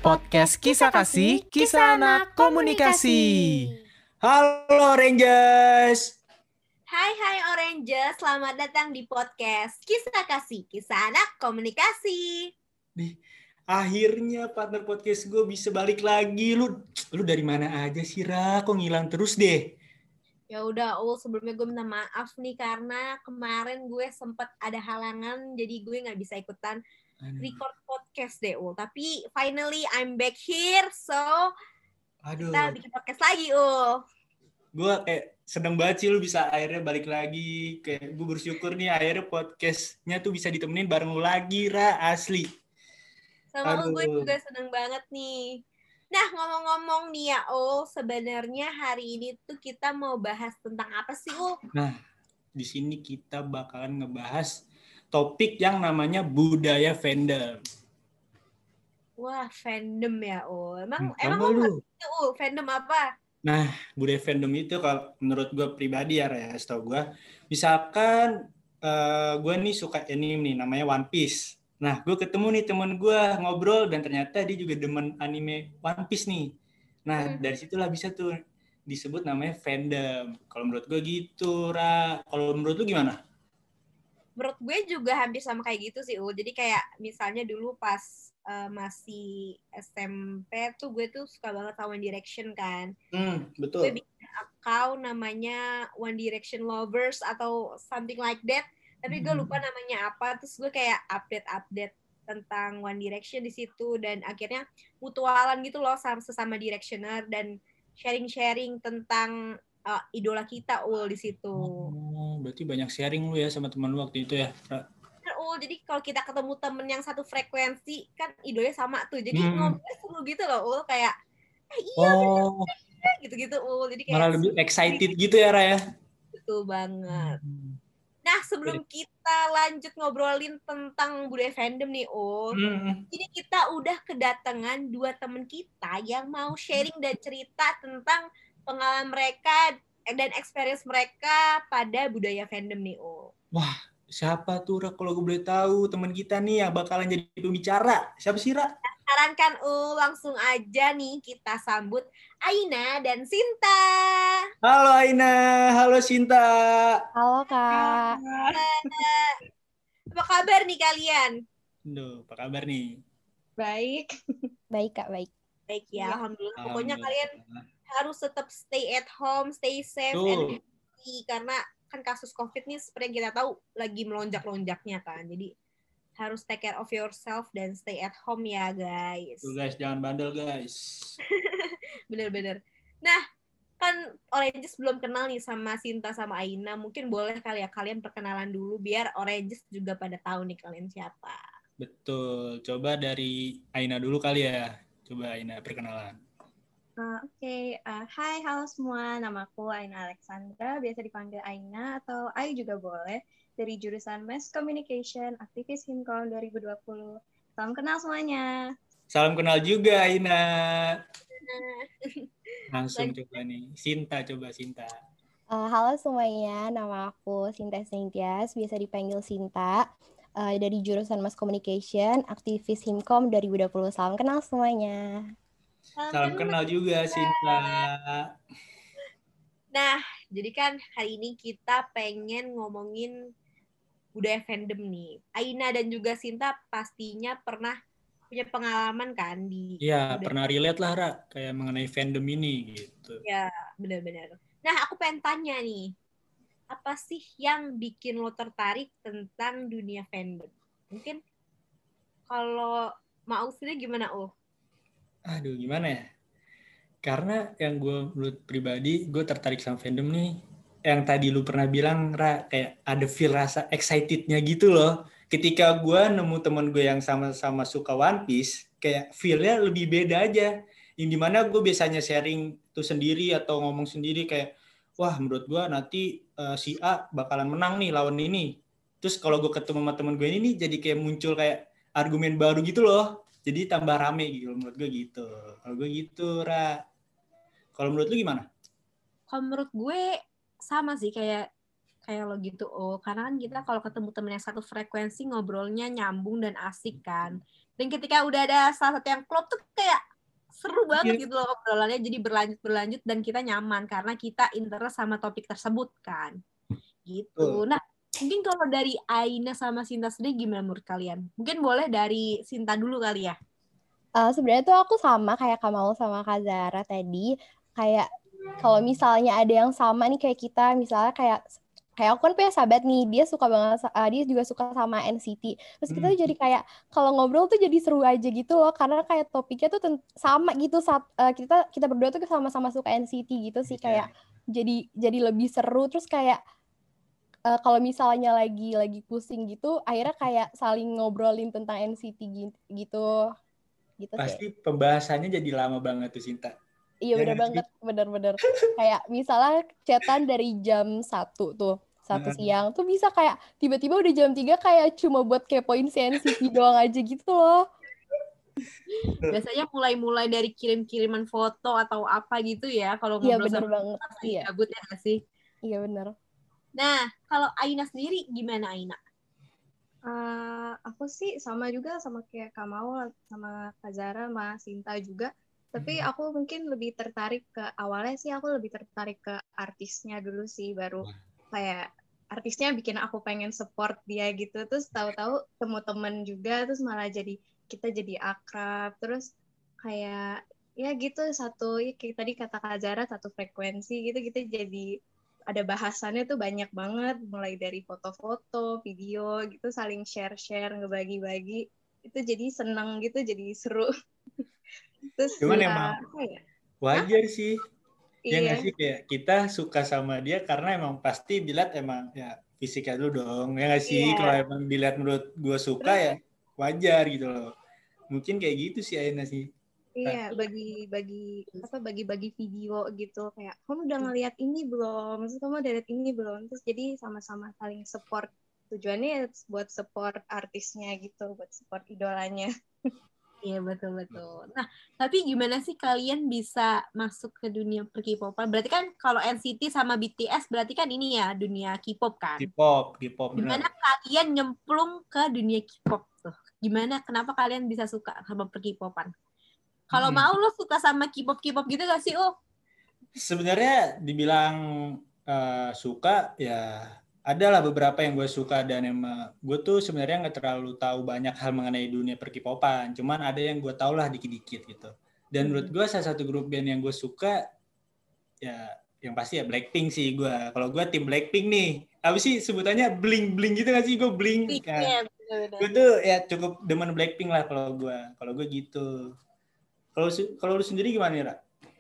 podcast Kisah Kasih, Kisah Anak Komunikasi. Halo Rangers. Hai Orange, selamat datang di podcast Kisah Kasih, Kisah Anak Komunikasi. Akhirnya partner podcast gue bisa balik lagi. Lu dari mana aja sih, Ra? Kok ngilang terus deh? Ya udah, sebelumnya gue minta maaf nih karena kemarin gue sempat ada halangan, jadi gue nggak bisa ikutan record podcast deh, Tapi finally I'm back here, so kita bikin podcast lagi, Gue kayak seneng banget sih lu bisa akhirnya balik lagi. Kayak gue bersyukur nih akhirnya podcastnya tuh bisa ditemenin bareng lu lagi, Ra. Asli. Sama gue juga seneng banget nih. Nah, ngomong-ngomong nih ya, sebenarnya hari ini tuh kita mau bahas tentang apa sih, Nah, di sini kita bakalan ngebahas topik yang namanya budaya fandom. Wah, fandom ya, Emang lu ngerti, fandom apa? Nah, budaya fandom itu kalau menurut gue pribadi ya, setahu gue, misalkan gue nih suka anime nih, namanya One Piece. Nah, gue ketemu nih temen gue ngobrol dan ternyata dia juga demen anime One Piece nih. Nah, dari situlah bisa tuh disebut namanya fandom. Kalau menurut gue gitu, Ra. Kalau menurut lu gimana? Menurut gue juga hampir sama kayak gitu sih, Jadi kayak misalnya dulu pas masih SMP tuh gue tuh suka banget sama One Direction kan. Betul. Gue bikin account namanya One Direction Lovers atau something like that. Tapi gue lupa namanya apa. Terus gue kayak update tentang One Direction di situ. Dan akhirnya mutualan gitu loh sesama Directioner. Dan sharing-sharing tentang idola kita, di situ. Berarti banyak sharing lu ya sama teman lu waktu itu ya, jadi kalau kita ketemu temen yang satu frekuensi, kan idolanya sama tuh. Jadi ngobrolnya seru gitu loh, kayak, iya bener, gitu-gitu. Jadi kayak malah lebih excited gitu ya, Ra ya? Betul banget. Nah, sebelum kita lanjut ngobrolin tentang budaya fandom nih, ini kita udah kedatangan 2 temen kita yang mau sharing dan cerita tentang pengalaman mereka dan experience mereka pada budaya fandom nih, Wah, siapa tuh, Ra? Kalau gue boleh tahu teman kita nih yang bakalan jadi pembicara. Siapa sih, Ra? Sarankan, langsung aja nih kita sambut Aina dan Sinta. Halo Aina, halo Sinta. Halo Kak. Apa kabar nih kalian? Duh, apa kabar nih? Baik. Baik Kak, baik. Baik ya, Alhamdulillah. Pokoknya kalian harus tetap stay at home, stay safe, and healthy. Karena kan kasus COVID nih seperti yang kita tahu lagi melonjak-lonjaknya kan. Jadi harus take care of yourself dan stay at home ya guys. Tuh guys, jangan bandel guys. Bener-bener. Nah, kan Oranges belum kenal nih sama Sinta sama Aina. Mungkin boleh kali ya kalian perkenalan dulu biar Oranges juga pada tahu nih kalian siapa. Betul. Coba dari Aina dulu kali ya. Coba Aina perkenalan. Oke. Hai, halo semua. Namaku Aina Alexandra. Biasa dipanggil Aina atau Ai juga boleh. Dari jurusan Mass Communication, aktivis Himkom 2020. Salam kenal semuanya. Salam kenal juga Aina. Langsung coba nih. Sinta, coba Sinta. Halo semuanya, nama aku Sinta Sintias, biasa dipanggil Sinta. Dari jurusan Mass Communication, aktivis Himkom 2020. Salam kenal semuanya. Salam kenal juga Sinta. Nah, jadi kan hari ini kita pengen ngomongin budaya fandom nih. Aina dan juga Sinta pastinya pernah punya pengalaman kan di... Iya, pernah relate lah, Ra, kayak mengenai fandom ini gitu. Ya, benar-benar. Nah, aku pengen tanya nih, apa sih yang bikin lo tertarik tentang dunia fandom? Mungkin kalau mau sendiri gimana, Aduh, gimana ya? Karena yang gue menurut pribadi, gue tertarik sama fandom nih. Yang tadi lu pernah bilang, Ra, kayak ada feel rasa excitednya gitu loh. Ketika gue nemu temen gue yang sama-sama suka One Piece, kayak feel-nya lebih beda aja. Yang dimana gue biasanya sharing tuh sendiri atau ngomong sendiri kayak, wah menurut gue nanti si A bakalan menang nih lawan ini. Terus kalau gue ketemu sama temen gue ini jadi kayak muncul kayak argumen baru gitu loh. Jadi tambah rame gitu menurut gue gitu. Kalau gue gitu, Ra. Kalau menurut lu gimana? Kalau menurut gue sama sih kayak kayak lo gitu. Karena kan kita kalau ketemu temen yang satu frekuensi ngobrolnya nyambung dan asik kan. Dan ketika udah ada salah satu yang klop tuh kayak seru banget gitu loh obrolannya, jadi berlanjut dan kita nyaman karena kita interest sama topik tersebut kan. Gitu. Nah, mungkin kalau dari Aina sama Sinta sendiri gimana menurut kalian? Mungkin boleh dari Sinta dulu kali ya. Sebenarnya tuh aku sama kayak Kamal sama Kak Zara tadi. Kayak kalau misalnya ada yang sama nih kayak kita, misalnya kayak aku kan punya sahabat nih, dia suka banget, dia juga suka sama NCT. Terus kita tuh jadi kayak kalau ngobrol tuh jadi seru aja gitu loh, karena kayak topiknya tuh sama gitu. Kita berdua tuh sama-sama suka NCT gitu sih, kayak jadi lebih seru. Terus kayak kalau misalnya lagi pusing gitu, akhirnya kayak saling ngobrolin tentang NCT gitu. Gitu pasti sih. Pembahasannya jadi lama banget tuh Sinta. Iya bener banget, bener. Kayak misalnya chatan dari jam 1 siang tuh bisa kayak tiba-tiba udah jam 3 kayak cuma buat kepoin CNCT doang aja gitu loh. Biasanya mulai dari kirim-kiriman foto atau apa gitu ya kalau ngobrol. Iya bener banget. Iya. Gabut ya gak sih? Iya bener. Nah, kalau Aina sendiri gimana Aina? Aku sih sama juga sama kayak Kamal sama Kak Zara sama Sinta juga. Tapi aku mungkin lebih tertarik awalnya sih aku lebih tertarik ke artisnya dulu sih, baru kayak artisnya bikin aku pengen support dia gitu. Terus tahu-tahu temu temen juga, terus malah kita jadi akrab. Terus kayak ya gitu kayak tadi kata Kak Zara, satu frekuensi gitu, kita jadi ada bahasannya tuh banyak banget, mulai dari foto-foto, video gitu, saling share-share, ngebagi-bagi, itu jadi seneng gitu, jadi seru. Terus cuman emang wajar sih, ya nggak sih, kayak kita suka sama dia karena emang pasti dilihat emang ya fisiknya dulu dong, ya nggak sih. Kalau emang dilihat menurut gue suka ya wajar gitu loh. Mungkin kayak gitu sih Aina sih. Iya, bagi-bagi video gitu, kayak kamu udah ngeliat ini belum, terus kamu udah lihat ini belum, terus jadi sama-sama saling support. Tujuannya buat support artisnya gitu, buat support idolanya. Iya betul. Nah, tapi gimana sih kalian bisa masuk ke dunia K-pop? Berarti kan kalau NCT sama BTS berarti kan ini ya dunia K-pop kan? K-pop. Gimana kalian nyemplung ke dunia K-pop tuh? Gimana? Kenapa kalian bisa suka sama K-popan? Kalau mau lo suka sama K-pop gitu gak sih? Sebenarnya dibilang suka ya adalah beberapa yang gue suka, dan emang gue tuh sebenarnya nggak terlalu tahu banyak hal mengenai dunia K-popan, cuman ada yang gue tahu lah dikit-dikit gitu. Dan menurut gue salah satu grup band yang gue suka ya yang pasti ya Blackpink sih gue. Kalau gue tim Blackpink nih, apa sih sebutannya, bling gitu nggak sih? Gue bling. Kan. Gue tuh ya cukup demen Blackpink lah kalau gue gitu. Kalau lu sendiri gimana nih, Ra?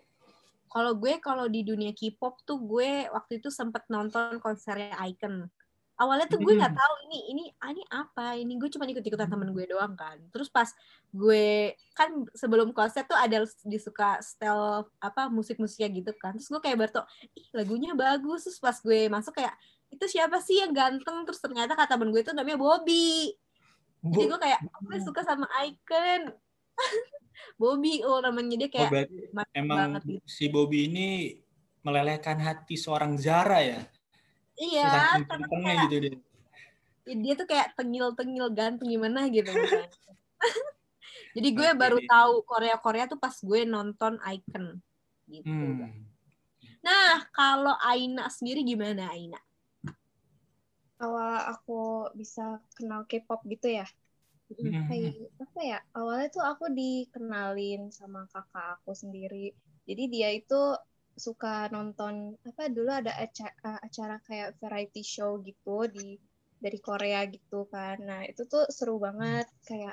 Kalau di dunia K-pop tuh gue waktu itu sempet nonton konsernya iKON. Awalnya tuh gue nggak tahu ini apa, ini gue cuma ikut-ikutan temen gue doang kan. Terus pas gue kan sebelum konser tuh ada disuka style apa musik-musiknya gitu kan. Terus gue kayak baru lagunya bagus. Terus pas gue masuk kayak itu siapa sih yang ganteng? Terus ternyata kata temen gue itu namanya Bobby. Jadi gue kayak gue suka sama iKON. Bobby, namanya dia kayak emang banget. Si Bobby ini melelehkan hati seorang Zara ya. Iya, karena gitu dia. Dia tuh kayak tengil ganteng gimana gitu kan. Jadi gue baru tahu Korea tuh pas gue nonton iKON gitu. Nah, kalau Aina sendiri gimana Aina? Awal aku bisa kenal K-pop gitu ya. Kayak apa ya, awalnya tuh aku dikenalin sama kakak aku sendiri. Jadi dia itu suka nonton dulu ada acara kayak variety show gitu dari Korea gitu kan. Nah itu tuh seru banget, kayak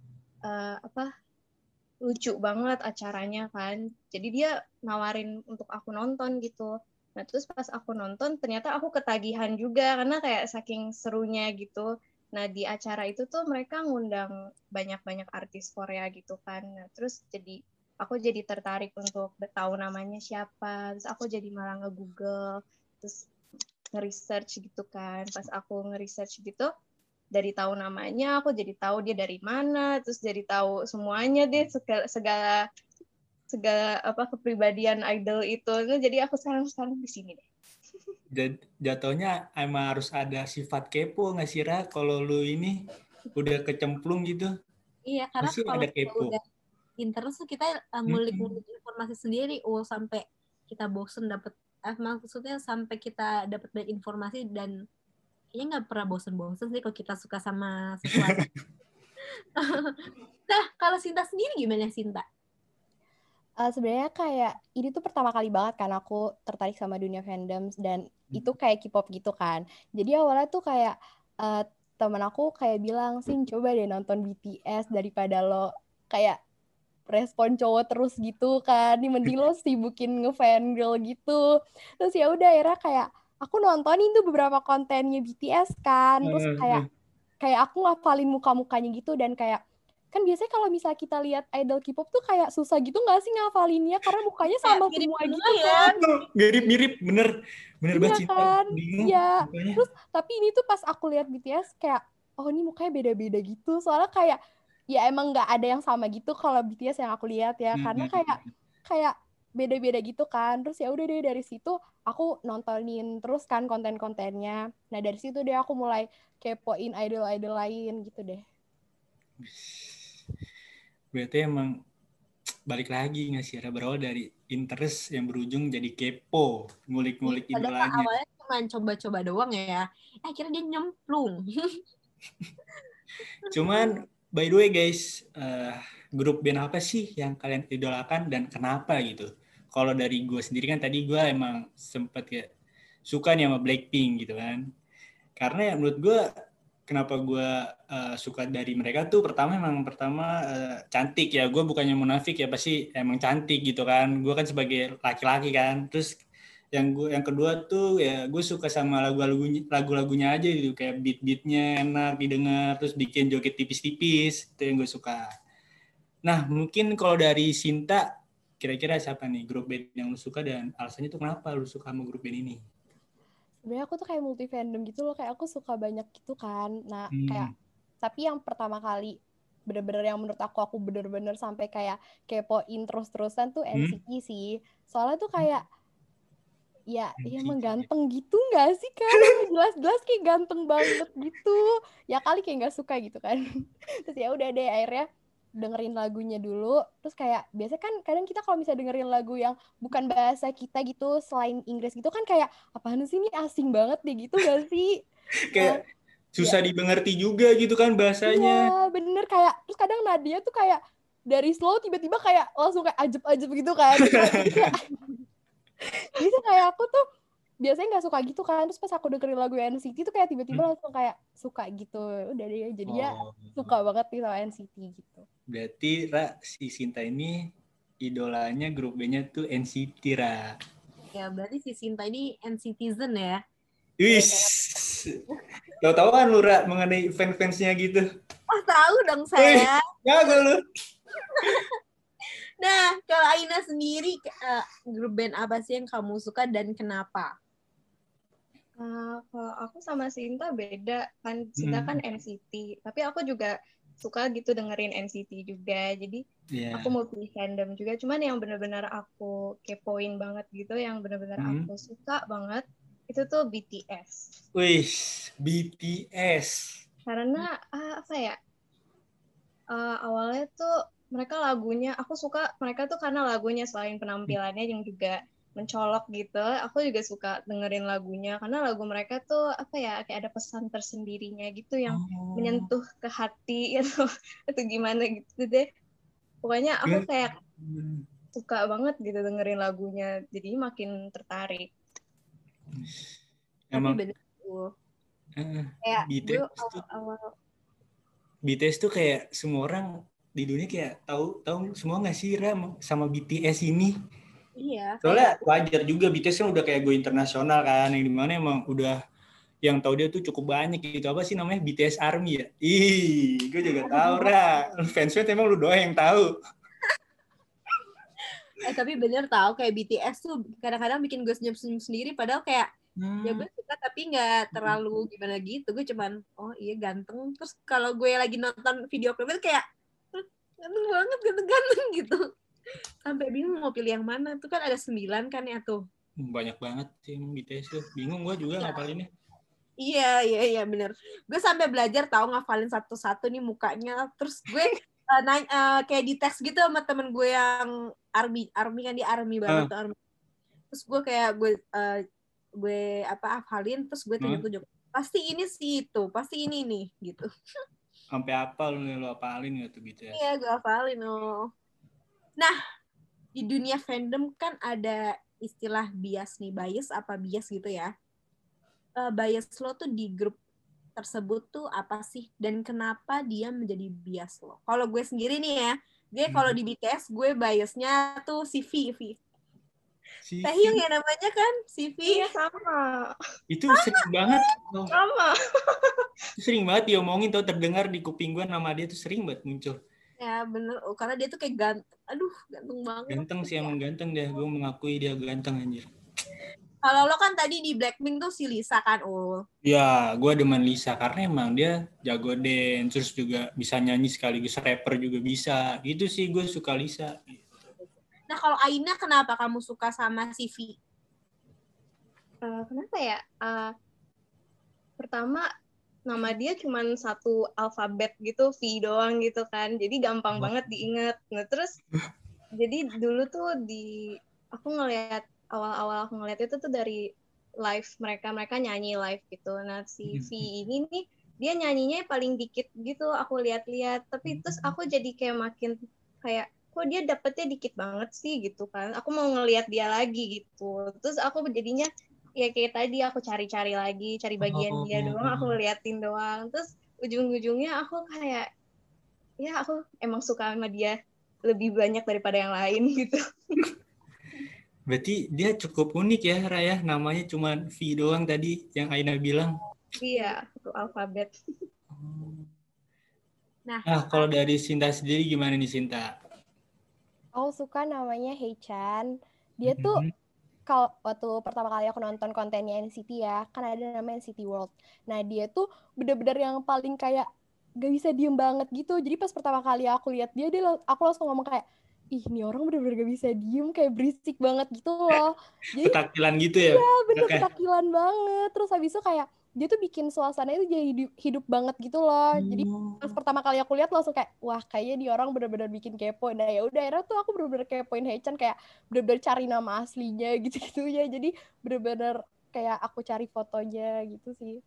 lucu banget acaranya kan. Jadi dia nawarin untuk aku nonton gitu. Nah terus pas aku nonton ternyata aku ketagihan juga karena kayak saking serunya gitu. Nah, di acara itu tuh mereka ngundang banyak-banyak artis Korea gitu kan. Nah, terus aku jadi tertarik untuk tahu namanya siapa. Terus aku jadi malah nge-google, terus nge-research gitu kan. Pas aku nge-research gitu, dari tahu namanya, aku jadi tahu dia dari mana, terus jadi tahu semuanya deh, segala kepribadian idol itu. Nah, jadi aku sekarang di sini deh. Jatuhnya emang harus ada sifat kepo nggak sih, Ra? Kalau lu ini udah kecemplung gitu, Iya, karena pasti kalau ada kita kepo. udah interest tuh kita ngulik-ngulik informasi sendiri, sampai kita bosen dapet, maksudnya sampai kita dapat banyak informasi dan kayaknya nggak pernah bosen-bosen sih kalau kita suka sama sesuatu. Nah, kalau Sinta sendiri gimana, Sinta? Sebenarnya kayak ini tuh pertama kali banget kan aku tertarik sama dunia fandoms dan itu kayak K-pop gitu kan. Jadi awalnya tuh kayak temen aku kayak bilang, Sin coba deh nonton BTS daripada lo kayak respon cowok terus gitu kan. Ini mending lo sibukin ngefangirl gitu. Terus ya udah akhirnya kayak aku nontonin tuh beberapa kontennya BTS kan. Terus kayak aku ngafalin muka-mukanya gitu dan kayak kan biasanya kalau misalnya kita lihat idol K-pop tuh kayak susah gitu nggak sih ngafalinnya karena mukanya sama semua gitu kan. Mirip-mirip, bener banget Iya kan, bingung iya. mukanya. Terus tapi ini tuh pas aku lihat BTS kayak oh ini mukanya beda-beda gitu. Soalnya kayak ya emang nggak ada yang sama gitu kalau BTS yang aku lihat ya karena kayak beda-beda gitu kan. Terus ya udah deh dari situ aku nontonin terus kan konten-kontennya. Nah dari situ deh aku mulai kepoin idol-idol lain gitu deh. Berarti emang balik lagi nggak sih, berawal dari interest yang berujung jadi kepo, ngulik-ngulik Padahal idolanya. awalnya cuma coba-coba doang ya. Akhirnya dia nyemplung. Cuman by the way guys, grup band apa sih yang kalian idolakan dan kenapa gitu? Kalau dari gue sendiri kan tadi gue emang sempet kayak suka nih sama Blackpink gitu kan. Karena ya menurut gue kenapa gue suka dari mereka tuh pertama cantik ya. Gue bukannya munafik ya, pasti emang cantik gitu kan. Gue kan sebagai laki-laki kan. Terus yang kedua tuh ya gue suka sama lagu-lagunya aja gitu, kayak beat-beatnya enak didengar, terus bikin joget tipis-tipis, itu yang gue suka. Nah mungkin kalau dari Sinta, kira-kira siapa nih grup band yang lu suka dan alasannya tuh kenapa lu suka sama grup band ini? Sebenarnya aku tuh kayak multi fandom gitu loh, kayak aku suka banyak gitu kan. Nah kayak tapi yang pertama kali bener-bener yang menurut aku bener-bener sampai kayak kepoin terus-terusan tuh NCT sih. Soalnya tuh kayak ya emang ganteng gitu nggak sih kan? Emang jelas-jelas kayak ganteng banget gitu. Ya kali kayak nggak suka gitu kan. Terus ya udah deh akhirnya dengerin lagunya dulu. Terus kayak biasanya kan kadang kita kalau misalnya dengerin lagu yang bukan bahasa kita gitu selain Inggris gitu kan kayak apaan sih ini asing banget deh gitu nggak sih? Kayak susah dimengerti juga gitu kan bahasanya. Iya bener kayak terus kadang Nadia tuh kayak dari slow tiba-tiba kayak langsung kayak ajeb-ajeb gitu kan. Jadi kayak aku tuh biasanya nggak suka gitu kan, terus pas aku dengerin lagu NCT tuh kayak tiba-tiba langsung kayak suka gitu. Udah deh jadinya suka banget nih sama NCT gitu. Berarti Ra, si Sinta ini idolanya grup bandnya tuh NCT, Ra. Ya berarti si Sinta ini NCTzen ya. Wis, tahu-tahu kan lu Ra mengenai fans-fansnya gitu. Oh tahu dong saya. Jago lu. Nah, kalau Aina sendiri, grup band apa sih yang kamu suka dan kenapa? Kalau aku sama Sinta beda, kan Sinta kan NCT, tapi aku juga suka gitu dengerin NCT juga, jadi aku multi fandom juga, cuman yang benar-benar aku kepoin banget gitu, yang benar-benar aku suka banget, itu tuh BTS. Wih, BTS. Karena apa ya, awalnya tuh mereka lagunya, aku suka mereka tuh karena lagunya selain penampilannya yang juga mencolok gitu, aku juga suka dengerin lagunya karena lagu mereka tuh apa ya kayak ada pesan tersendirinya gitu yang menyentuh ke hati atau gimana gitu deh. Pokoknya aku kayak suka banget gitu dengerin lagunya, jadi makin tertarik. Tapi bener kayak BTS tuh kayak semua orang di dunia kayak tahu semua nggak sih Ram sama BTS ini? Iya. Soalnya wajar juga BTS kan udah kayak go internasional kan, yang dimana emang udah yang tahu dia tuh cukup banyak gitu. Apa sih namanya BTS Army ya? Ih, gue juga tahu Ra. Fansnya emang lu doang yang tahu. Tapi bener tahu kayak BTS tuh kadang-kadang bikin gue senyum-senyum sendiri padahal kayak ya gue suka tapi nggak terlalu gimana gitu. Gue cuman oh iya ganteng. Terus kalau gue lagi nonton video klipnya kayak ganteng banget, ganteng gitu. Sampai bingung mau pilih yang mana. Tuh kan ada 9 kan ya tuh. Banyak banget sih BTS tuh. Bingung gue juga ngapalinnya. Iya bener. Gue sampai belajar tahu ngafalin satu-satu nih mukanya. Terus gue kayak di teks gitu sama temen gue yang army kan, dia army banget tuh army. Terus gue kayak gue hafalin, terus gue tunjuk-tunjuk. Pasti ini sih itu, pasti ini nih gitu. Sampai apa lu hafalin gitu BTS? Iya, gue hafalin loh. Nah, di dunia fandom kan ada istilah bias nih, bias apa bias gitu ya. Bias lo tuh di grup tersebut tuh apa sih, dan kenapa dia menjadi bias lo? Kalau gue sendiri nih ya, gue kalau di BTS gue biasnya tuh si V. Taehyung ya namanya kan, si V. Iya, sama. Itu sering banget. Sama. Itu sering banget diomongin tuh, terdengar di kuping gue nama dia tuh sering banget muncul. Ya bener, karena dia tuh kayak ganteng banget. Ganteng sih, emang ganteng deh. Gue mengakui dia ganteng anjir. Kalau lo kan tadi di Blackpink tuh si Lisa kan, Ya, gue demen Lisa karena emang dia jago dance, terus juga bisa nyanyi sekaligus rapper juga bisa. Gitu sih, gue suka Lisa. Nah, kalau Aina kenapa kamu suka sama si V? Kenapa ya? Pertama, nama dia cuma satu alfabet gitu, V doang gitu kan. Jadi gampang banget diingat. Nah, terus jadi dulu tuh aku ngelihat awal-awal aku ngeliat itu tuh dari live mereka nyanyi live gitu. Nah, si V ini nih dia nyanyinya paling dikit gitu, aku lihat-lihat. Tapi terus aku jadi kayak makin kayak kok dia dapetnya dikit banget sih gitu kan. Aku mau ngelihat dia lagi gitu. Terus aku jadinya ya kayak tadi aku cari-cari lagi, cari bagian dia doang, aku liatin doang. Terus ujung-ujungnya aku kayak ya aku emang suka sama dia lebih banyak daripada yang lain gitu. Berarti dia cukup unik ya, Raya. Namanya cuma V doang tadi yang Aina bilang. Iya, itu alfabet. Nah, kalau dari Sinta sendiri gimana nih, Sinta? Aku suka namanya Haechan. Dia tuh kalau waktu pertama kali aku nonton kontennya NCT ya, kan ada namanya NCT World. Nah, dia tuh bener-bener yang paling kayak gak bisa diem banget gitu. Jadi pas pertama kali aku lihat dia aku langsung ngomong kayak, ih, ini orang bener-bener gak bisa diem, kayak berisik banget gitu loh. Jadi petakilan gitu ya? iya, bener petakilan banget. Terus habis itu kayak dia tuh bikin suasana itu jadi hidup banget gitu loh. Jadi pas pertama kali aku lihat langsung kayak, wah, kayaknya dia orang bener-bener bikin kepo. Nah, ya udah akhirnya tuh aku bener-bener kepoin Haechan, kayak bener-bener cari nama aslinya gitu-gitu ya. Jadi bener-bener kayak aku cari fotonya gitu sih.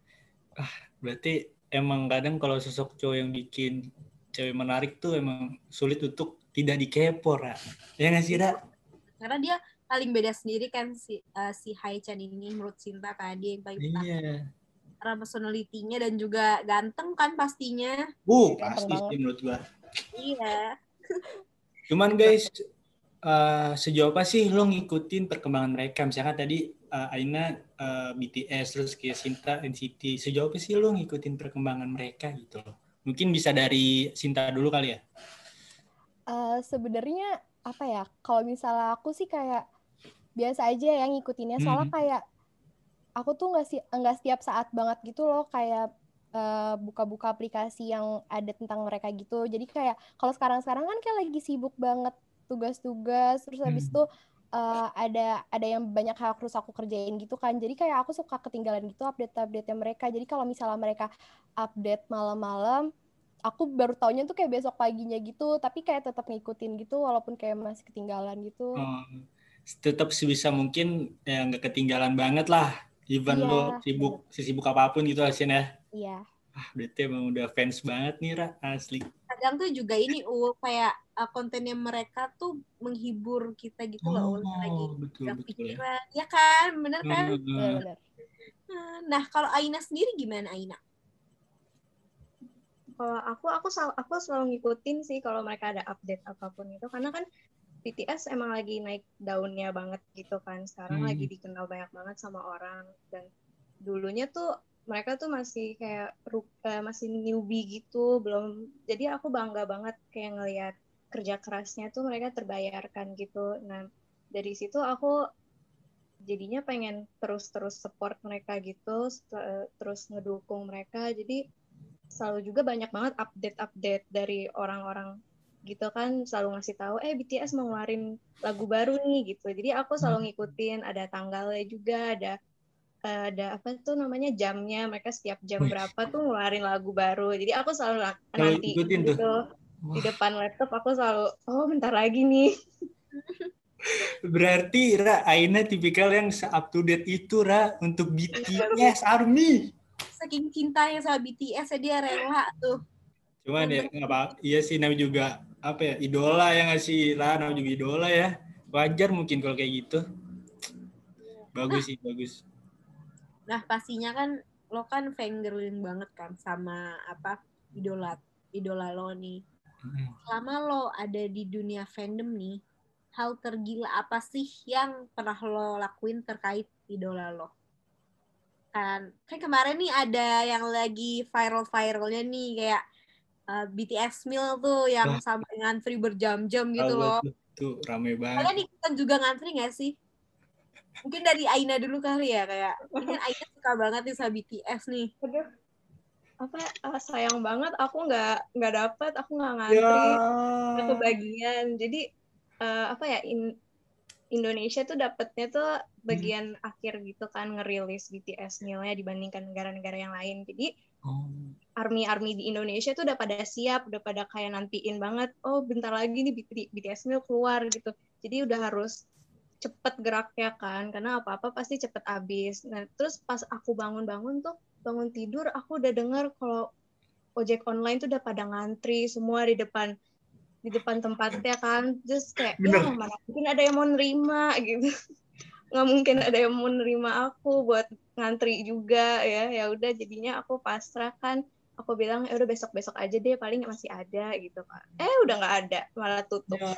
Berarti emang kadang kalau sosok cowok yang bikin cewek menarik tuh emang sulit untuk tidak dikepo, Ra. Ya nggak sih, Ra? Karena dia paling beda sendiri kan si Haechan ini menurut Sinta kan, dia yang paling Iya. karena personality-nya dan juga ganteng kan pastinya. Pasti sih menurut gua. Iya. Cuman guys, sejauh apa sih lo ngikutin perkembangan mereka? Misalkan tadi Aina BTS, terus kayak Sinta NCT. Sejauh apa sih lo ngikutin perkembangan mereka gitu loh? Mungkin bisa dari Sinta dulu kali ya? Sebenarnya apa ya? Kalau misalnya aku sih kayak biasa aja yang ngikutinnya. Soalnya kayak aku tuh nggak setiap saat banget gitu loh kayak buka-buka aplikasi yang ada tentang mereka gitu. Jadi kayak kalau sekarang kan kayak lagi sibuk banget tugas-tugas, terus habis itu ada yang banyak hal harus aku kerjain gitu kan. Jadi kayak aku suka ketinggalan gitu update-update-nya mereka. Jadi kalau misalnya mereka update malam-malam, aku baru taunya tuh kayak besok paginya gitu, tapi kayak tetap ngikutin gitu walaupun kayak masih ketinggalan gitu. Tetap sebisa mungkin ya nggak ketinggalan banget lah. Even lo sibuk apapun gitu Asin ya. Iya. Berarti emang udah fans banget nih, Ra, asli. Kadang tuh juga ini kayak kontennya mereka tuh menghibur kita gitu loh, lagi betul pikiran. Ya kan, bener kan? Bener. Nah, kalau Aina sendiri gimana, Aina? Kalau aku selalu ngikutin sih kalau mereka ada update apapun itu, karena kan BTS emang lagi naik daunnya banget gitu kan. Sekarang lagi dikenal banyak banget sama orang, dan dulunya tuh mereka tuh masih kayak masih newbie gitu, belum. Jadi aku bangga banget kayak ngelihat kerja kerasnya tuh mereka terbayarkan gitu. Nah, dari situ aku jadinya pengen terus support mereka gitu, terus ngedukung mereka. Jadi selalu juga banyak banget update dari orang-orang gitu kan selalu ngasih tahu BTS mau ngeluarin lagu baru nih gitu. Jadi aku selalu ngikutin, ada tanggalnya juga, ada apa tuh namanya jamnya, mereka setiap jam Wih, berapa tuh ngeluarin lagu baru. Jadi aku selalu selalu nanti ikutin tuh. gitu di Wah, depan laptop aku selalu bentar lagi nih. berarti Ra, Aina tipikal yang up to date itu Ra untuk BTS Army. Saking cintanya sama BTS ya dia rela tuh. Cuman ya nggak apa, iya sih namanya juga apa ya, idola yang ngasih Ra, namanya juga idola ya. Wajar mungkin kalau kayak gitu. Bagus sih, bagus. Nah pastinya kan lo kan fangirling banget kan sama apa idola lo nih. Selama lo ada di dunia fandom nih, hal tergila apa sih yang pernah lo lakuin terkait idola lo? Kan kemarin nih ada yang lagi viral-viralnya nih kayak BTS Meal tuh yang Wah, sampai ngantri berjam-jam gitu Allah loh. tuh rame banget. Kalian ikutan juga ngantri nggak sih? Mungkin dari Aina dulu kali ya, kayak ini kan Aina suka banget nih sama BTS nih. Aduh, sayang banget aku nggak dapet, aku nggak Ya. ngantri, nggak kebagian. Jadi Indonesia tuh dapetnya tuh bagian akhir gitu kan ngerilis BTS Meal-nya dibandingkan negara-negara yang lain. Jadi army di Indonesia tuh udah pada siap, udah pada kayak nantiin banget, bentar lagi nih BTS Meal keluar gitu. Jadi udah harus cepet geraknya kan, karena apa-apa pasti cepet habis. Nah, terus pas aku bangun tidur, aku udah dengar kalau ojek online tuh udah pada ngantri semua di depan tempatnya kan. Terus kayak Bener. mana mungkin ada yang mau nerima gitu. Nggak mungkin ada yang mau nerima aku buat ngantri juga ya udah jadinya aku pasrah kan, aku bilang udah besok aja deh, paling masih ada gitu kan, udah nggak ada, malah tutup. Ya.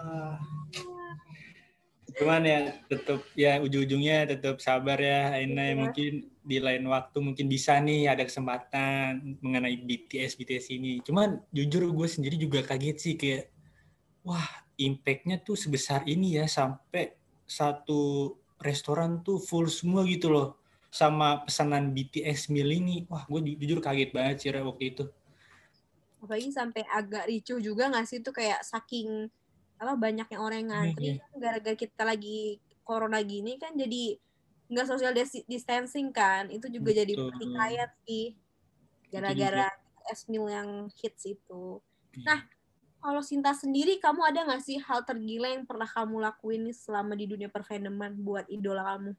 Cuman ya tetap ya ujung-ujungnya tetap sabar ya Aina, ya mungkin di lain waktu mungkin bisa nih ada kesempatan mengenai BTS ini. Cuman jujur gue sendiri juga kaget sih kayak wah impact-nya tuh sebesar ini ya, sampai satu restoran tuh full semua gitu loh sama pesanan BTS meal ini. Wah gue jujur kaget banget sih waktu itu. Apalagi sampai agak ricuh juga nggak sih, itu kayak saking banyaknya orang yang ngantri kan, gara-gara kita lagi corona gini kan, jadi nggak social distancing kan, itu juga Betul. jadi pertikaian sih gara-gara BTS Meal yang hits itu. Nah, kalau Sinta sendiri, kamu ada nggak sih hal tergila yang pernah kamu lakuin nih selama di dunia perfandoman buat idola kamu?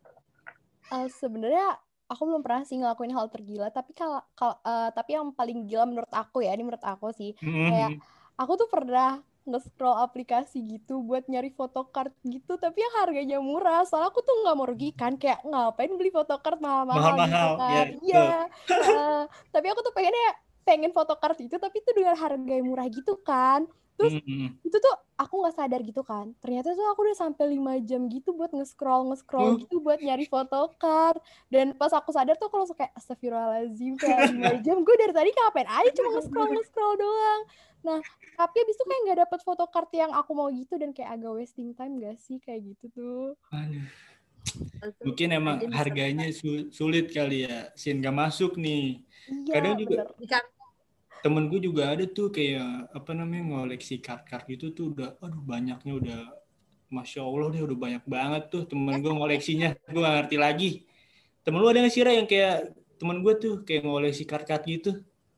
Sebenarnya aku belum pernah sih ngelakuin hal tergila, tapi tapi yang paling gila menurut aku ya, ini menurut aku sih, kayak aku tuh pernah nge-scroll aplikasi gitu buat nyari photocard gitu, tapi yang harganya murah. Soalnya aku tuh nggak mau rugikan, kayak ngapain beli photocard mahal-mahal gitu kan. Iya. Tapi aku tuh pengen photocard itu, tapi itu dengan harga yang murah gitu kan. Terus itu tuh aku nggak sadar gitu kan, ternyata tuh aku udah sampai 5 jam gitu buat nge-scroll gitu buat nyari photocard. Dan pas aku sadar tuh kalau kayak astagfirullahaladzim, kayak 5 jam gue dari tadi ngapain aja cuma nge-scroll doang. Nah tapi abis itu kayak nggak dapet photocard yang aku mau gitu, dan kayak agak wasting time gak sih kayak gitu tuh. Mungkin emang harganya sulit kali ya, Sin, gak masuk nih. Iya, Kadang juga bener. temen gue juga ada tuh kayak ngoleksi kart-kart gitu tuh udah banyaknya udah Masya Allah deh, udah banyak banget tuh temen gue ngoleksinya. Gue gak ngerti lagi. Temen lu ada gak sih Ra yang kayak temen gue tuh kayak ngoleksi kart-kart gitu?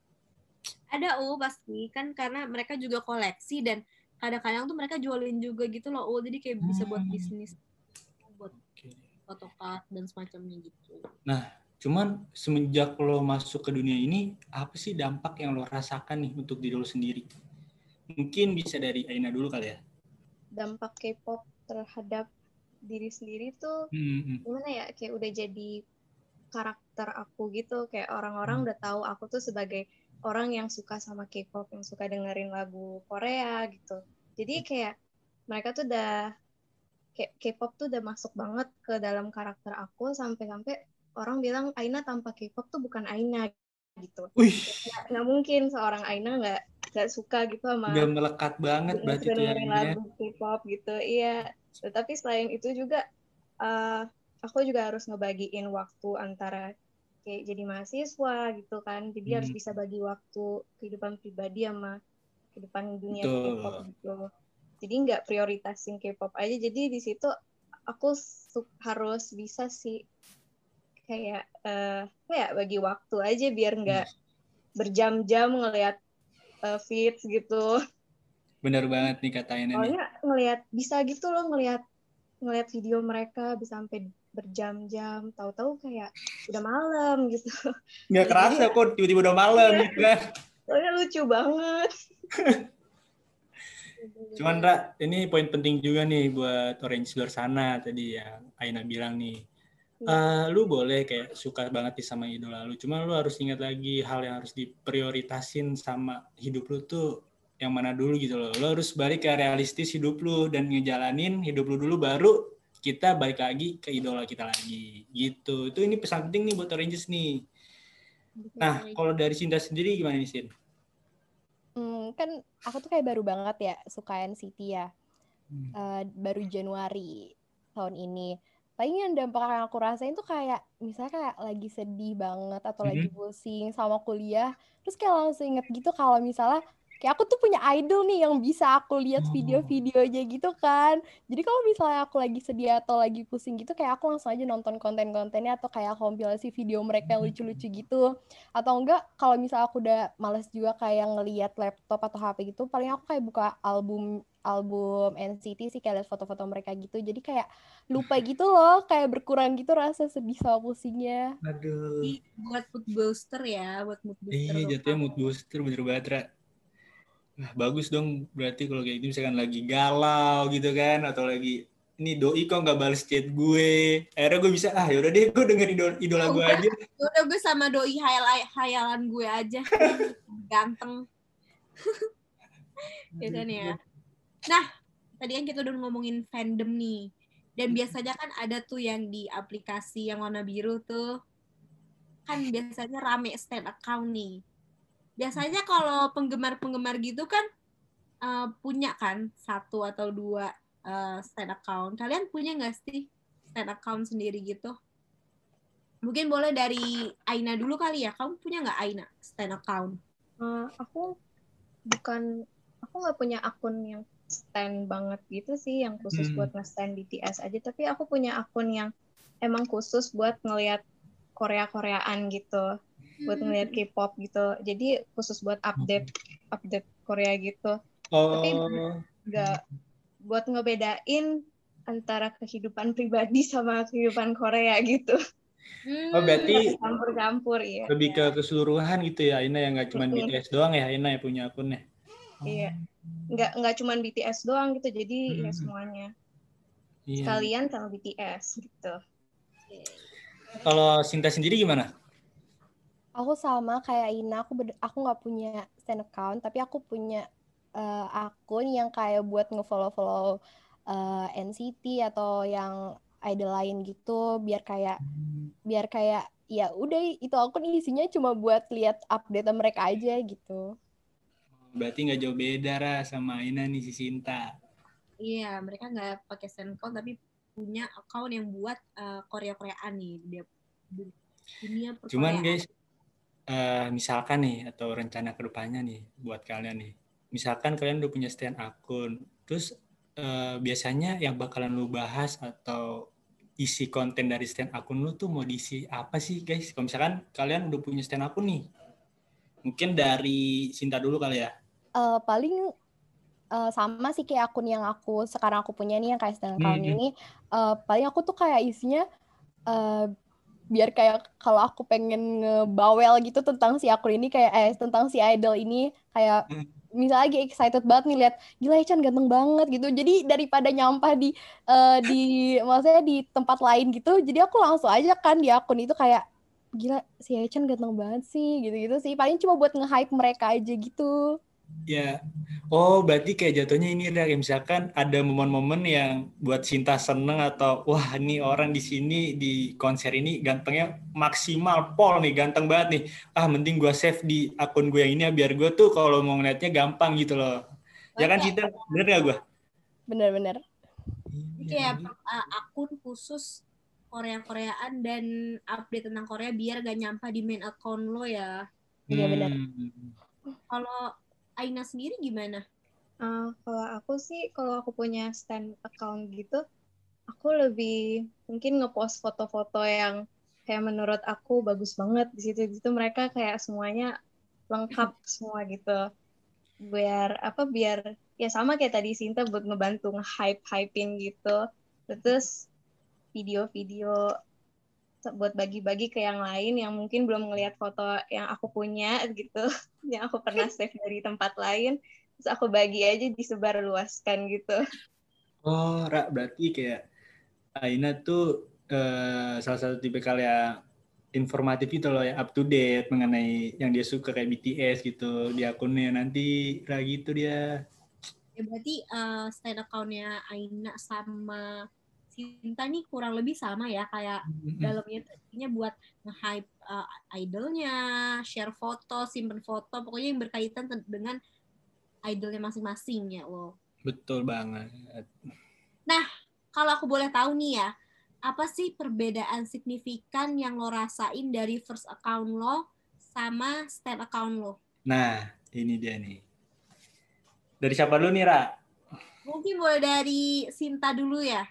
Ada pasti kan, karena mereka juga koleksi dan kadang-kadang tuh mereka jualin juga gitu loh. Jadi kayak bisa buat bisnis, buat photocard dan semacamnya gitu. Nah, cuman semenjak lo masuk ke dunia ini, apa sih dampak yang lo rasakan nih untuk diri lo sendiri? Mungkin bisa dari Aina dulu kali ya. Dampak K-pop terhadap diri sendiri tuh gimana ya, kayak udah jadi karakter aku gitu, kayak orang-orang udah tahu aku tuh sebagai orang yang suka sama K-pop, yang suka dengerin lagu Korea gitu. Jadi kayak mereka tuh udah kayak K-pop tuh udah masuk banget ke dalam karakter aku, sampai-sampai orang bilang Aina tanpa K-pop tuh bukan Aina gitu. Nggak mungkin seorang Aina nggak suka gitu sama, udah melekat banget berarti tuh ya lagu K-pop gitu. Iya, tapi selain itu juga aku juga harus ngebagiin waktu antara kayak jadi mahasiswa gitu kan, jadi harus bisa bagi waktu kehidupan pribadi sama kehidupan dunia Betul. K-pop gitu. Jadi nggak prioritasin K-pop aja. Jadi di situ aku harus bisa sih kayak bagi waktu aja biar nggak berjam-jam ngelihat feeds gitu. Bener banget nih kata Aina nih. Soalnya ngelihat bisa gitu loh ngelihat video mereka bisa sampai berjam-jam, tahu-tahu kayak udah malam gitu. Nggak kerasa kok tiba-tiba udah malam gitu kan. Soalnya lucu banget. Cuman Ra, ini poin penting juga nih buat Orange luar sana tadi yang Aina bilang nih. Lu boleh kayak suka banget nih sama idola lu, cuma lu harus ingat lagi hal yang harus diprioritasin sama hidup lu tuh yang mana dulu gitu loh. Lu harus balik ke realistis hidup lu dan ngejalanin hidup lu dulu, baru kita balik lagi ke idola kita lagi gitu. Itu ini pesan penting nih buat Oranges nih. Nah, kalau dari Sinta sendiri gimana nih, Sin? Kan aku tuh kayak baru banget ya suka NCT ya. Baru Januari tahun ini. Paling yang dampak yang aku rasain tuh kayak misalnya kayak lagi sedih banget atau lagi pusing sama kuliah, terus kayak langsung inget gitu kalau misalnya kayak aku tuh punya idol nih yang bisa aku lihat video-videonya gitu kan. Jadi kalau misalnya aku lagi sedih atau lagi pusing gitu, kayak aku langsung aja nonton konten-kontennya atau kayak kompilasi video mereka yang lucu-lucu gitu. Atau enggak kalau misalnya aku udah males juga kayak ngelihat laptop atau HP gitu, paling aku kayak buka album NCT sih, kayak lihat foto-foto mereka gitu. Jadi kayak lupa gitu loh, kayak berkurang gitu rasa sedih sama pusingnya. Aduh. Buat mood booster ya, buat mood booster. Iya, jatuhnya mood booster, bener banget, Ra. Nah, bagus dong berarti kalau kayak gitu, misalkan lagi galau gitu kan, atau lagi ini doi kok nggak balas chat gue, akhirnya gue bisa yaudah deh gue dengerin idola gue aja. Udah gue sama doi hayalan gue aja, ganteng. Ya kan ya. Nah, tadi kan kita udah ngomongin fandom nih, dan biasanya kan ada tuh yang di aplikasi yang warna biru tuh, kan biasanya rame stan account nih. Biasanya kalau penggemar-penggemar gitu kan punya kan satu atau dua stan account. Kalian punya nggak sih stan account sendiri gitu? Mungkin boleh dari Aina dulu kali ya. Kamu punya nggak Aina stan account? Aku nggak punya akun yang stan banget gitu sih, yang khusus buat nge-stan BTS aja. Tapi aku punya akun yang emang khusus buat ngelihat Korea-Koreaan gitu, buat ngelihat K-pop gitu. Jadi khusus buat update Korea gitu. Tapi nggak buat ngebedain antara kehidupan pribadi sama kehidupan Korea gitu. Berarti campur-campur ya. lebih ke keseluruhan gitu ya, Aina, yang nggak cuma BTS doang ya, Aina ya punya akunnya. Iya, nggak cuma BTS doang gitu, jadi ya semuanya. Sekalian sama BTS gitu. Kalau Sinta sendiri gimana? Aku sama kayak Ina, aku nggak punya stan account, tapi aku punya akun yang kayak buat nge-follow NCT atau yang idol lain gitu, biar kayak ya udah itu akun isinya cuma buat lihat update mereka aja gitu. Berarti nggak jauh beda Ra sama Aina nih, si Sinta. Iya, mereka nggak pakai stan account tapi punya account yang buat Korea-Koreaan nih, dia dunia perkoreaan. Cuman guys, misalkan nih, atau rencana kedepannya nih buat kalian nih, misalkan kalian udah punya stan akun, terus biasanya yang bakalan lu bahas atau isi konten dari stan akun lu tuh mau diisi apa sih guys? Kalau misalkan kalian udah punya stan akun nih, mungkin dari Sinta dulu kali ya. Paling sama sih kayak akun yang sekarang aku punya nih yang kayak stan account ini, paling aku tuh kayak isinya biar kayak kalau aku pengen ngebawel gitu tentang si akun ini, kayak tentang si idol ini, kayak misalnya lagi excited banget nih lihat gila Echan ganteng banget gitu, jadi daripada nyampah di maksudnya di tempat lain gitu, jadi aku langsung aja kan di akun itu kayak gila si Echan ganteng banget sih gitu-gitu sih, paling cuma buat nge-hype mereka aja gitu. Ya, berarti kayak jatuhnya ini kayak misalkan ada momen-momen yang buat Sinta seneng, atau wah ini orang di sini di konser ini gantengnya maksimal pol nih, ganteng banget nih. Mending gue save di akun gue yang ini ya, biar gue tuh kalau mau ngeliatnya gampang gitu loh. Ya kan Sinta, bener gak gue? Bener-bener. Kayak akun khusus Korea-Koreaan dan update tentang Korea biar gak nyampah di main account lo ya. Iya benar. Kalau Aina sendiri gimana? Kalau aku punya stand account gitu, aku lebih mungkin ngepost foto-foto yang kayak menurut aku bagus banget di situ. Mereka kayak semuanya lengkap semua gitu. Biar ya sama kayak tadi Sinta buat ngebantu nge-hype-hypein gitu. Terus video-video buat bagi-bagi ke yang lain yang mungkin belum ngelihat foto yang aku punya gitu, yang aku pernah save dari tempat lain. Terus aku bagi aja disebar luaskan gitu. Oh, Ra, berarti kayak Aina tuh salah satu tipikal yang informatif itu loh, yang up to date mengenai yang dia suka kayak BTS gitu di akunnya nanti Ra gitu dia. Ya berarti stand account-nya Aina sama Sinta nih kurang lebih sama ya, kayak dalamnya tuh intinya buat nge-hype idolnya, share foto, simpen foto, pokoknya yang berkaitan dengan idolnya masing-masing ya lo. Betul banget. Nah, kalau aku boleh tahu nih ya, apa sih perbedaan signifikan yang lo rasain dari first account lo sama stand account lo? Nah, ini dia nih. Dari siapa dulu nih, Ra? Mungkin boleh dari Sinta dulu ya.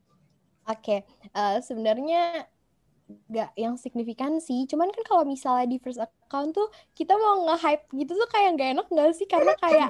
Oke, sebenarnya nggak yang signifikan sih. Cuman kan kalau misalnya di first account tuh kita mau nge-hype gitu tuh kayak nggak enak nggak sih? Karena kayak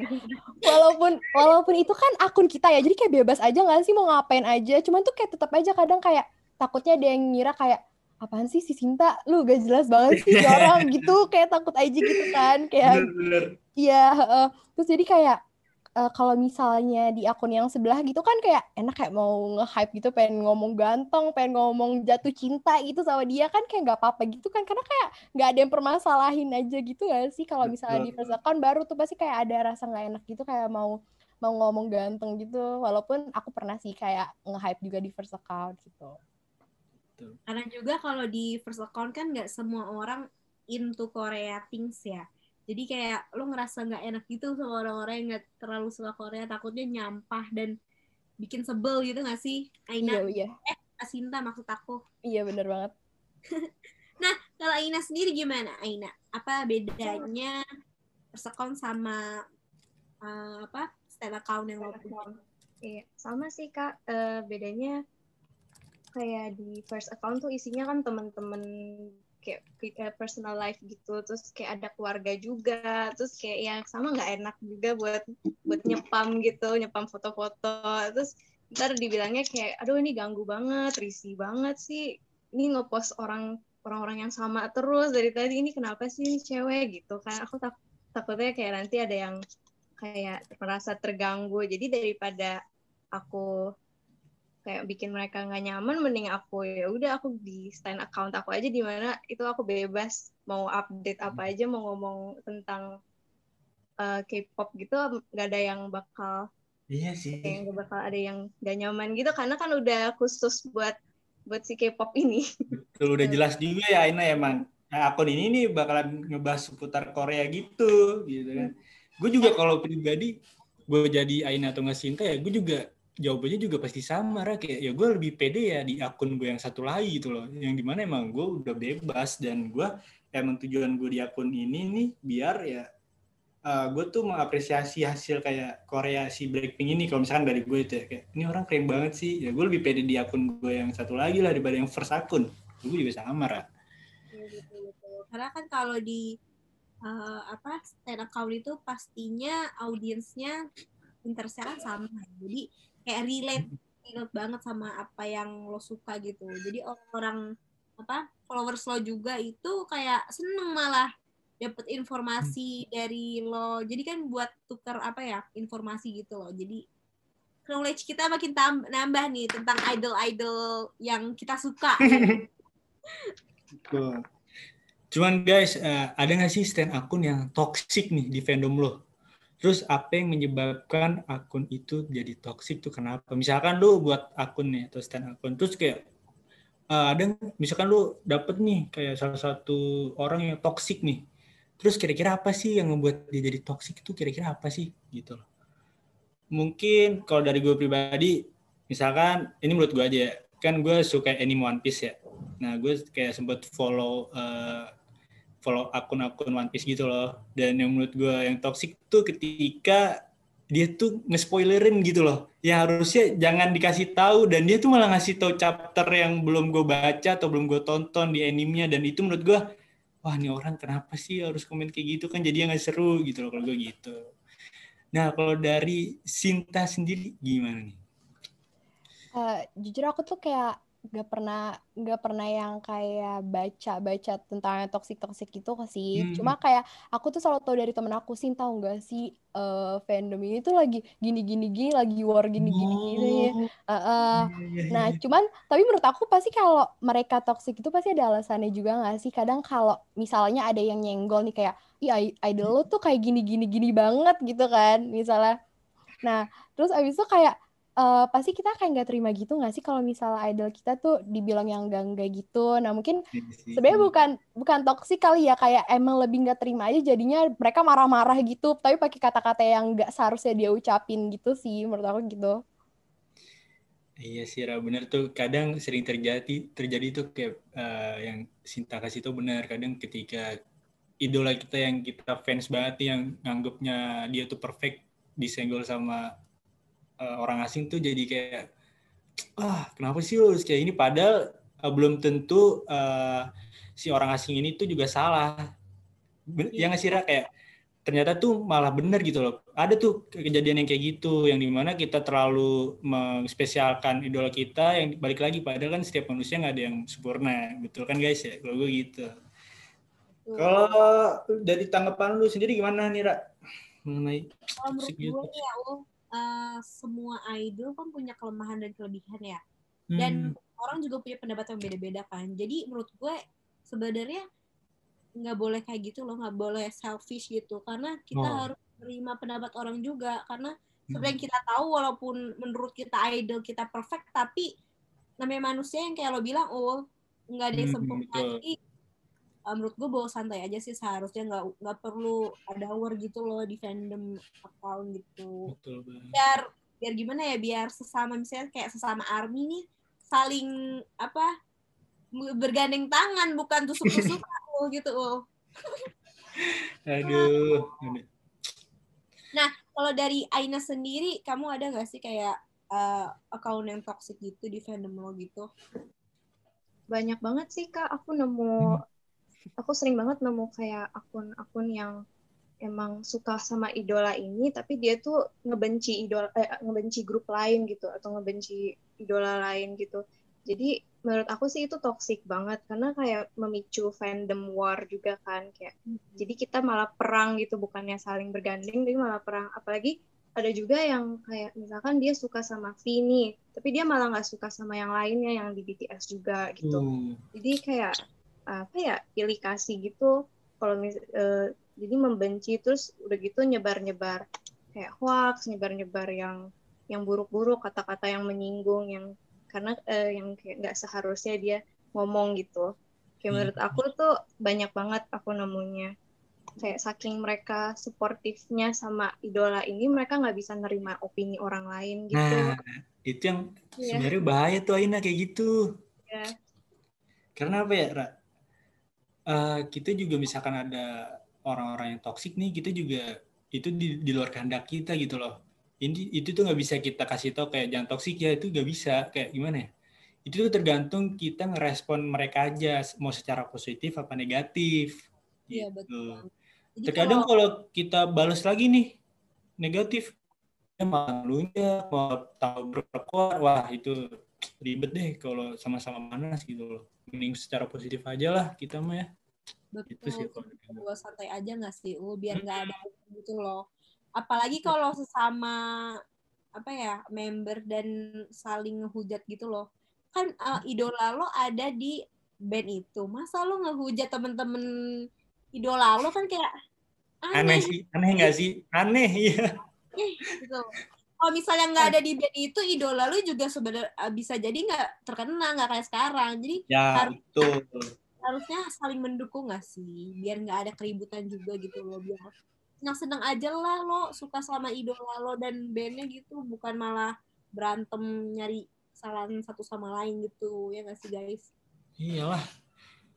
walaupun itu kan akun kita ya, jadi kayak bebas aja nggak sih mau ngapain aja. Cuman tuh kayak tetap aja kadang kayak takutnya ada yang ngira kayak apaan sih si Sinta, lu gak jelas banget sih si orang gitu, kayak takut aja gitu kan, kayak iya. Terus jadi kayak kalau misalnya di akun yang sebelah gitu kan kayak enak kayak mau nge-hype gitu, pengen ngomong ganteng, pengen ngomong jatuh cinta gitu sama dia kan kayak nggak apa-apa gitu kan, karena kayak nggak ada yang permasalahin aja gitu nggak sih. Kalau misalnya di first account baru tuh pasti kayak ada rasa nggak enak gitu, kayak mau ngomong ganteng gitu, walaupun aku pernah sih kayak nge-hype juga di first account gitu. Karena juga kalau di first account kan nggak semua orang into Korea things ya. Jadi kayak lo ngerasa nggak enak gitu sama orang-orang yang nggak terlalu suka Korea, takutnya nyampah dan bikin sebel gitu nggak sih, Aina? Iya. Asinta maksud aku. Iya bener banget. Nah, kalau Aina sendiri gimana, Aina? Apa bedanya first account sama stand account yang lo punya? Iya, sama sih Kak. Bedanya kayak di first account tuh isinya kan teman-teman kayak personal life gitu, terus kayak ada keluarga juga, terus kayak yang sama nggak enak juga buat nyepam foto-foto, terus ntar dibilangnya kayak aduh ini ganggu banget, risih banget sih, ini ngepost orang-orang yang sama terus dari tadi, ini kenapa sih ini cewek gitu kan. Aku takutnya kayak nanti ada yang kayak merasa terganggu, jadi daripada aku kayak bikin mereka nggak nyaman, mending aku di stand account aku aja, di mana itu aku bebas mau update apa aja, mau ngomong tentang K-pop gitu, nggak ada yang bakal ada yang nggak nyaman gitu, karena kan udah khusus buat si K-pop ini. Betul, udah jelas juga ya Aina emang. Nah, akun ini nih bakalan ngebahas seputar Korea gitu kan. Gue juga kalau pribadi, gue jadi Aina atau nggak Sinta ya, gue juga jawabannya juga pasti sama, Ra. Kayak ya gue lebih pede ya di akun gue yang satu lagi gitu loh, yang dimana emang gue udah bebas, dan gue emang tujuan gue di akun ini nih biar ya gue tuh mengapresiasi hasil kayak Korea si Blackpink ini. Kalau misalkan dari gue itu ya, kayak ini orang keren banget sih, ya gue lebih pede di akun gue yang satu lagi lah daripada yang first akun. Gue juga sama, Ra. Karena kan kalau di stand account itu pastinya audiensnya interestnya kan sama, jadi kayak relate banget sama apa yang lo suka gitu. Jadi orang followers lo juga itu kayak seneng malah dapet informasi dari lo. Jadi kan buat tukar informasi gitu loh. Jadi knowledge kita makin nambah nih tentang idol-idol yang kita suka. Betul. Cuman guys, ada nggak sih stand akun yang toxic nih di fandom lo? Terus apa yang menyebabkan akun itu jadi toxic tuh kenapa? Misalkan lu buat akun nih atau stand akun, terus kayak ada misalkan lu dapet nih kayak salah satu orang yang toxic nih. Terus kira-kira apa sih yang membuat dia jadi toxic itu, kira-kira apa sih gitu loh. Mungkin kalau dari gue pribadi, misalkan ini menurut gue aja ya, kan gue suka anime One Piece ya. Nah, gue kayak sempat follow follow akun-akun One Piece gitu loh. Dan yang menurut gue yang toxic tuh ketika dia tuh nge-spoilerin gitu loh. Ya harusnya jangan dikasih tahu, dan dia tuh malah ngasih tahu chapter yang belum gue baca atau belum gue tonton di animenya, dan itu menurut gue, wah ini orang kenapa sih harus komen kayak gitu, kan jadinya nggak seru gitu loh kalau gue gitu. Nah kalau dari Sinta sendiri gimana nih? Jujur aku tuh kayak nggak pernah yang kayak baca tentang yang toxic gitu sih. Cuma kayak aku tuh selalu tahu dari temen aku sih, tahu nggak sih fandom ini tuh lagi gini lagi war gini ya. Oh, Nah, cuman tapi menurut aku pasti kalau mereka toxic itu pasti ada alasannya juga nggak sih? Kadang kalau misalnya ada yang nyenggol nih kayak, ih idol lo tuh kayak gini banget gitu kan, misalnya. Nah, terus abis itu kayak pasti kita kayak nggak terima gitu nggak sih kalau misalnya idol kita tuh dibilang yang enggak gitu. Nah, mungkin sebenarnya bukan toksik kali ya, kayak emang lebih nggak terima aja, jadinya mereka marah-marah gitu, tapi pakai kata-kata yang nggak seharusnya dia ucapin gitu sih, menurut aku gitu. Iya sih, Ra, bener tuh. Kadang sering terjadi tuh kayak yang Sinta kasih tuh benar. Kadang ketika idola kita yang kita fans banget yang nganggapnya dia tuh perfect disenggol sama orang asing tuh jadi kayak, kenapa sih lu kayak ini, padahal belum tentu si orang asing ini tuh juga salah. Yang ngasih Ra, kayak ternyata tuh malah bener gitu loh. Ada tuh kejadian yang kayak gitu, yang dimana kita terlalu mengspesialkan idola kita, yang balik lagi padahal kan setiap manusia nggak ada yang sempurna, betul kan guys ya? Kalau gue gitu. Kalau dari tanggapan lu sendiri gimana nih, Ra? Mengenai kalau menurut gue ya, semua idol kan punya kelemahan dan kelebihan ya. Dan orang juga punya pendapat yang beda-beda kan. Jadi menurut gue sebenarnya nggak boleh kayak gitu loh, nggak boleh selfish gitu. Karena kita harus menerima pendapat orang juga. Karena seperti yang kita tahu, walaupun menurut kita idol kita perfect, tapi namanya manusia yang kayak lo bilang, nggak ada yang sempurna. Jadi menurut gue bawa santai aja sih, seharusnya nggak perlu ada war gitu loh di fandom account gitu. Betul, biar gimana ya, biar sesama, misalnya kayak sesama ARMY nih saling bergandeng tangan, bukan tusuk-tusuk gitu. Aduh. Nah, kalau dari Aina sendiri, kamu ada nggak sih kayak account yang toxic gitu di fandom lo gitu? Banyak banget sih Kak, aku sering banget nemu kayak akun-akun yang emang suka sama idola ini, tapi dia tuh ngebenci grup lain gitu, atau ngebenci idola lain gitu. Jadi menurut aku sih itu toxic banget, karena kayak memicu fandom war juga kan, kayak jadi kita malah perang gitu, bukannya saling bergandeng, tapi malah perang. Apalagi ada juga yang kayak misalkan dia suka sama V nih, tapi dia malah nggak suka sama yang lainnya yang di BTS juga gitu. Jadi kayak pilih kasih gitu. Kalau jadi membenci, terus udah gitu nyebar-nyebar kayak hoax, nyebar-nyebar yang buruk-buruk, kata-kata yang menyinggung, yang karena yang kayak nggak seharusnya dia ngomong gitu. Kayak menurut aku tuh banyak banget aku nemunya. Kayak saking mereka suportifnya sama idola ini, mereka nggak bisa nerima opini orang lain gitu. Nah, itu yang sebenarnya bahaya tuh Aina kayak gitu. Yeah. Karena apa ya, Ra? Kita juga misalkan ada orang-orang yang toksik nih, kita juga itu di luar kehendak kita gitu loh. Itu tuh nggak bisa kita kasih tau kayak jangan toksik ya, itu nggak bisa. Kayak gimana ya? Itu tuh tergantung kita ngerespon mereka aja, mau secara positif apa negatif. Iya, Gitu. betul. Jadi Terkadang kalau kita balas lagi nih negatif, malunya mau tahu berkuat, wah itu ribet deh kalau sama-sama panas gitu loh. Mending secara positif aja lah kita mah ya. Betul, Itu sih gue santai aja nggak sih, biar nggak ada gitu loh. Apalagi kalau sesama member dan saling ngehujat gitu loh. Kan idola lo ada di band itu, masa lo ngehujat temen-temen idola lo, kan kayak aneh sih, aneh nggak sih? Aneh, iya. Gitu. Kalau misalnya nggak ada di band itu, idola lu juga sebenarnya bisa jadi nggak terkenal, nggak kayak sekarang. Jadi ya, harusnya saling mendukung nggak sih, biar nggak ada keributan juga gitu loh, biar senang-senang aja lah lo suka sama idola lo dan bandnya gitu, bukan malah berantem nyari kesalahan satu sama lain gitu, ya nggak sih guys? Iyalah.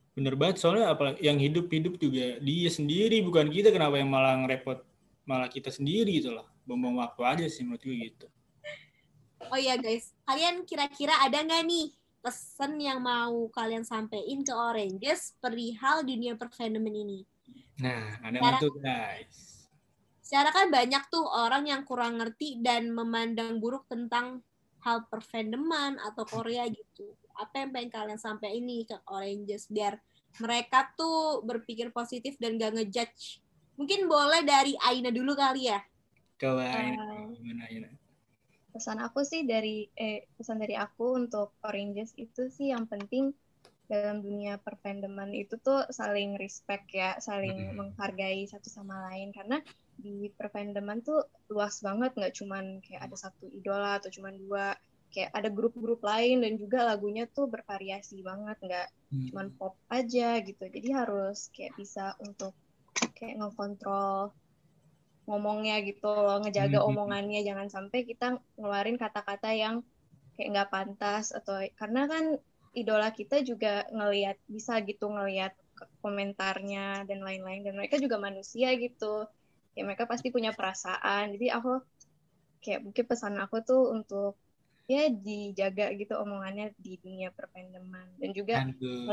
Bener banget, soalnya apalagi yang hidup-hidup juga dia sendiri, bukan kita. Kenapa yang malah ngerepot, malah kita sendiri gitu loh. Buang-buang waktu aja sih menurut gue gitu. Oh iya guys, kalian kira-kira ada nggak nih pesan yang mau kalian sampein ke Oranges perihal dunia perfandoman ini? Nah, ada nggak tuh guys? Secara kan banyak tuh orang yang kurang ngerti dan memandang buruk tentang hal perfandoman atau Korea gitu. Apa yang pengen kalian sampein ini ke Oranges biar mereka tuh berpikir positif dan gak ngejudge. Mungkin boleh dari Aina dulu kali ya. Coba gimana Aina? Pesan dari aku untuk Oranges itu sih yang penting dalam dunia perfandoman itu tuh saling respect ya, saling menghargai satu sama lain, karena di perfandoman tuh luas banget, nggak cuman kayak ada satu idola atau cuman dua, kayak ada grup-grup lain dan juga lagunya tuh bervariasi banget, nggak cuman pop aja gitu. Jadi harus kayak bisa untuk kayak ngekontrol ngomongnya gitu loh, ngejaga omongannya, jangan sampai kita ngeluarin kata-kata yang kayak nggak pantas, atau karena kan idola kita juga bisa ngelihat komentarnya dan lain-lain, dan mereka juga manusia gitu, ya mereka pasti punya perasaan. Jadi aku kayak mungkin pesan aku tuh untuk ya dijaga gitu omongannya di dunia perfandoman, dan juga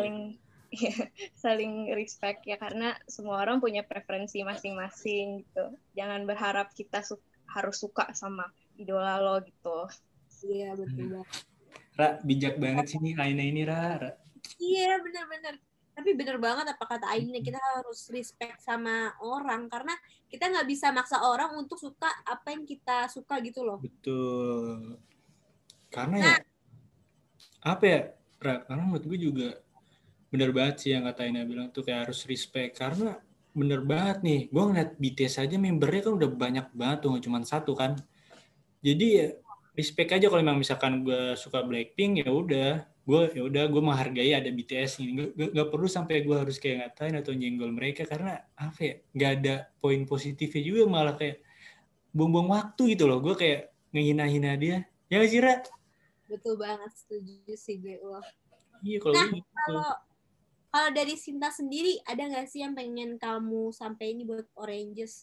saling respect ya, karena semua orang punya preferensi masing-masing gitu. Jangan berharap kita harus suka sama idola lo gitu. Iya, betul banget. Ra, bijak banget sih nih Aina ini, Ra. Iya, benar-benar. Tapi benar banget apa kata Aina, kita harus respect sama orang karena kita nggak bisa maksa orang untuk suka apa yang kita suka gitu loh. Betul. Karena ya apa ya, Ra, karena menurut gue juga bener banget sih yang kata Aina bilang tuh, kayak harus respect. Karena bener banget nih, gue ngeliat BTS aja membernya kan udah banyak banget tuh, nggak cuma satu kan. Jadi ya respect aja. Kalau memang misalkan gue suka Blackpink, ya udah gue menghargai ada BTS ini. Gak perlu sampai gue harus kayak ngatain atau nyenggol mereka, karena apa ya, gak ada poin positifnya juga, malah kayak buang-buang waktu gitu loh. Gue kayak ngehina-hina dia. Ya gak sih, Ra? Betul banget, setuju sih gue. Iya, kalau gitu. Kalau dari Sinta sendiri, ada nggak sih yang pengen kamu sampaikan buat Oranges?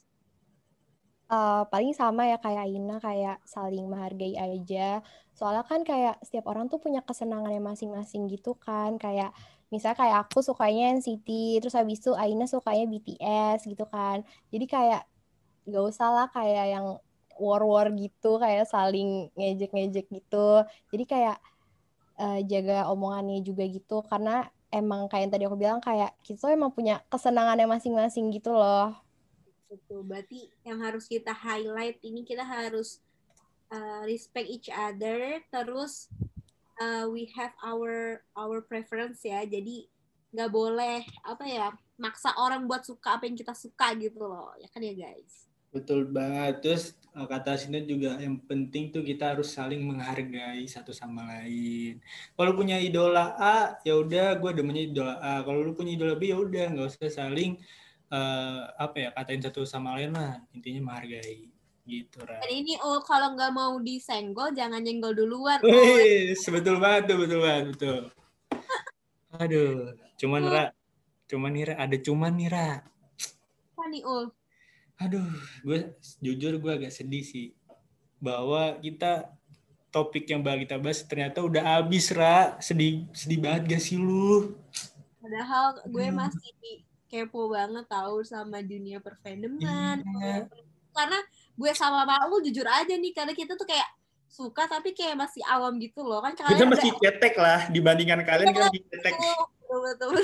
Paling sama ya kayak Aina, kayak saling menghargai aja. Soalnya kan kayak setiap orang tuh punya kesenangannya masing-masing gitu kan. Kayak misalnya kayak aku sukanya NCT, terus habis itu Aina sukanya BTS gitu kan. Jadi kayak gak usah lah kayak yang war-war gitu, kayak saling ngejek-ngejek gitu. Jadi kayak jaga omongannya juga gitu, karena emang kayak yang tadi aku bilang, kayak kita emang punya kesenangannya masing-masing gitu loh. Betul, berarti yang harus kita highlight ini kita harus respect each other, terus we have our preference ya, jadi nggak boleh apa ya, maksa orang buat suka apa yang kita suka gitu loh, ya kan ya guys. Betul banget. Terus kata Sinta juga yang penting tuh kita harus saling menghargai satu sama lain. Kalau punya idola A, ya udah gue demennya idola A. Kalau lu punya idola B, ya udah nggak usah saling katain satu sama lain lah. Intinya menghargai gitu, Ra. Dan ini kalau nggak mau disenggol jangan nyenggol duluan. Wih, betul banget tuh, betul. Aduh, cuman nih Ra, ada cuman nih Ra. Apa nih Aduh, gue jujur gue agak sedih sih bahwa topik yang bakal kita bahas ternyata udah habis, Ra. Sedih banget gak sih lu? Padahal gue masih kepo banget tahu sama dunia perfandoman. Iya. Karena gue sama Maul jujur aja nih, karena kita tuh kayak suka tapi kayak masih awam gitu loh kan. Kita masih cetek lah dibandingkan kalian kan cetek. Betul.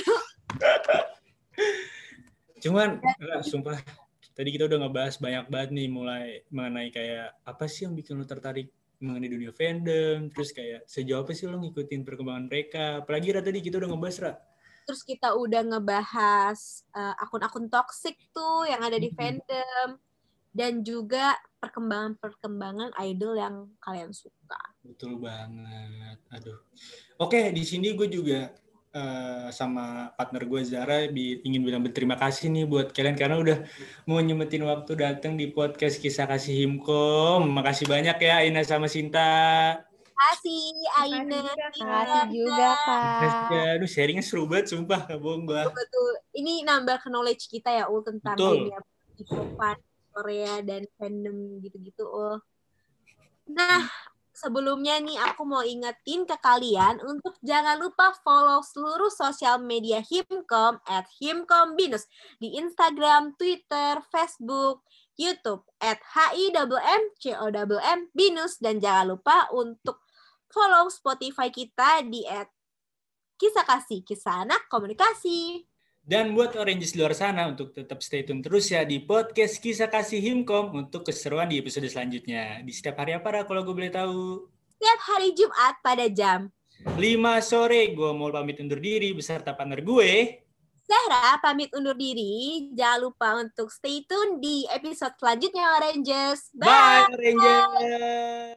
Cuman, sumpah. Tadi kita udah ngebahas banyak banget nih, mulai mengenai kayak apa sih yang bikin lo tertarik mengenai dunia fandom, terus kayak sejauh apa sih lo ngikutin perkembangan mereka. Apalagi Ra, tadi kita udah ngebahas, Ra. Terus kita udah ngebahas akun-akun toxic tuh yang ada di fandom, dan juga perkembangan idol yang kalian suka. Betul banget. Aduh. Oke, di sini gue juga sama partner gue Zara ingin bilang berterima kasih nih buat kalian karena udah mau nyempetin waktu datang di podcast Kisah Kasih Himkom. Makasih banyak ya Aina sama Sinta. kasih Aina. Makasih juga, Kak. Aduh, sharingnya seru banget, sumpah, gak bohong gua. Betul. Ini nambah knowledge kita ya, Ul, tentang Betul. dunia K-pop, Korea, dan fandom gitu-gitu, Ul. Nah, sebelumnya nih aku mau ingetin ke kalian untuk jangan lupa follow seluruh sosial media Himkom @himkombinus di Instagram, Twitter, Facebook, YouTube @HIMMCOMM_binus, dan jangan lupa untuk follow Spotify kita di @Kisah Kasih, Kisah Anak Komunikasi. Dan buat Oranges di luar sana, untuk tetap stay tune terus ya di podcast Kisah Kasih Himkom untuk keseruan di episode selanjutnya. Di setiap hari apa, Ra, kalau gue boleh tahu? Setiap hari Jumat pada jam 5 sore, gue mau pamit undur diri beserta partner gue. Zahra pamit undur diri. Jangan lupa untuk stay tune di episode selanjutnya, Oranges. Bye, Oranges!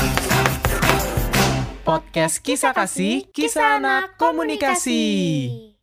Podcast Kisah Kasih, Kisah Anak Komunikasi.